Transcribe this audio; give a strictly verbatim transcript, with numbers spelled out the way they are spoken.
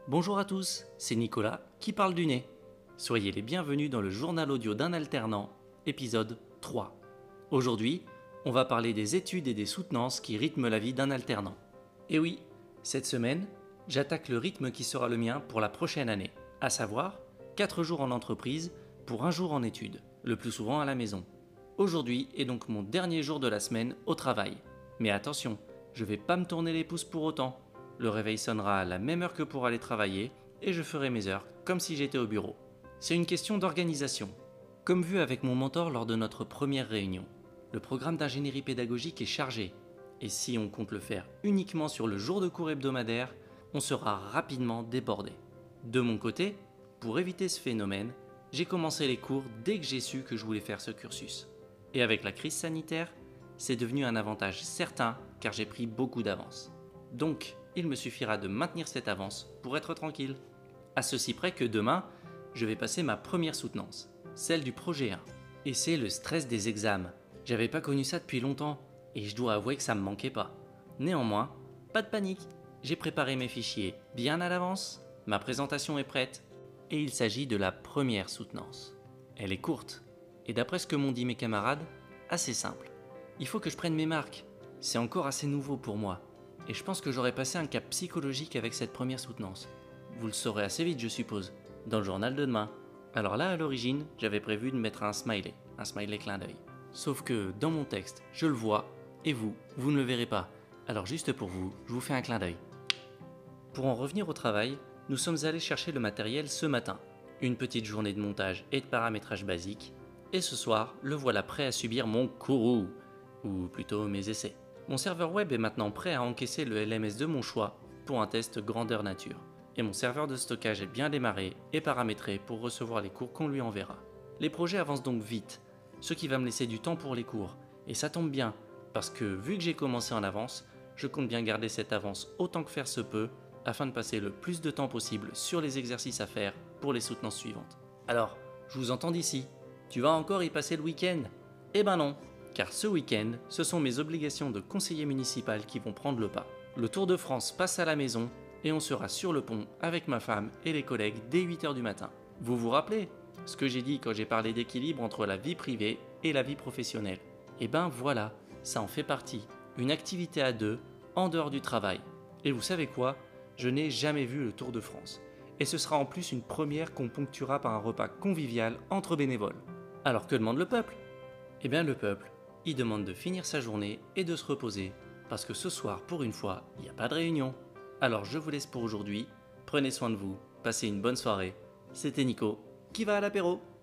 Bonjour à tous, c'est Nicolas qui parle du nez. Soyez les bienvenus dans le journal audio d'un alternant, épisode trois. Aujourd'hui, on va parler des études et des soutenances qui rythment la vie d'un alternant. Et oui, cette semaine, j'attaque le rythme qui sera le mien pour la prochaine année, à savoir quatre jours en entreprise pour un jour en études, le plus souvent à la maison. Aujourd'hui est donc mon dernier jour de la semaine au travail. Mais attention, je vais pas me tourner les pouces pour autant. Le réveil sonnera à la même heure que pour aller travailler et je ferai mes heures comme si j'étais au bureau. C'est une question d'organisation. Comme vu avec mon mentor lors de notre première réunion, le programme d'ingénierie pédagogique est chargé et si on compte le faire uniquement sur le jour de cours hebdomadaire, on sera rapidement débordé. De mon côté, pour éviter ce phénomène, j'ai commencé les cours dès que j'ai su que je voulais faire ce cursus. Et avec la crise sanitaire, c'est devenu un avantage certain car j'ai pris beaucoup d'avance. Donc, il me suffira de maintenir cette avance pour être tranquille. À ceci près que demain, je vais passer ma première soutenance, celle du projet un. Et c'est le stress des examens. J'avais pas connu ça depuis longtemps et je dois avouer que ça me manquait pas. Néanmoins, pas de panique. J'ai préparé mes fichiers bien à l'avance, ma présentation est prête et il s'agit de la première soutenance. Elle est courte et d'après ce que m'ont dit mes camarades, assez simple. Il faut que je prenne mes marques. C'est encore assez nouveau pour moi. Et je pense que j'aurai passé un cap psychologique avec cette première soutenance. Vous le saurez assez vite, je suppose, dans le journal de demain. Alors là, à l'origine, j'avais prévu de mettre un smiley, un smiley clin d'œil. Sauf que dans mon texte, je le vois, et vous, vous ne le verrez pas. Alors juste pour vous, je vous fais un clin d'œil. Pour en revenir au travail, nous sommes allés chercher le matériel ce matin. Une petite journée de montage et de paramétrage basique. Et ce soir, le voilà prêt à subir mon courroux, ou plutôt mes essais. Mon serveur web est maintenant prêt à encaisser le L M S de mon choix pour un test grandeur nature. Et mon serveur de stockage est bien démarré et paramétré pour recevoir les cours qu'on lui enverra. Les projets avancent donc vite, ce qui va me laisser du temps pour les cours. Et ça tombe bien, parce que vu que j'ai commencé en avance, je compte bien garder cette avance autant que faire se peut, afin de passer le plus de temps possible sur les exercices à faire pour les soutenances suivantes. Alors, je vous entends d'ici, tu vas encore y passer le week-end ? Eh ben non, car ce week-end, ce sont mes obligations de conseiller municipal qui vont prendre le pas. Le Tour de France passe à la maison et on sera sur le pont avec ma femme et les collègues dès huit heures du matin. Vous vous rappelez ce que j'ai dit quand j'ai parlé d'équilibre entre la vie privée et la vie professionnelle ? Eh ben voilà, ça en fait partie. Une activité à deux, en dehors du travail. Et vous savez quoi ? Je n'ai jamais vu le Tour de France. Et ce sera en plus une première qu'on ponctuera par un repas convivial entre bénévoles. Alors que demande le peuple ? Eh bien le peuple, il demande de finir sa journée et de se reposer, parce que ce soir, pour une fois, il n'y a pas de réunion. Alors je vous laisse pour aujourd'hui, prenez soin de vous, passez une bonne soirée. C'était Nico, qui va à l'apéro.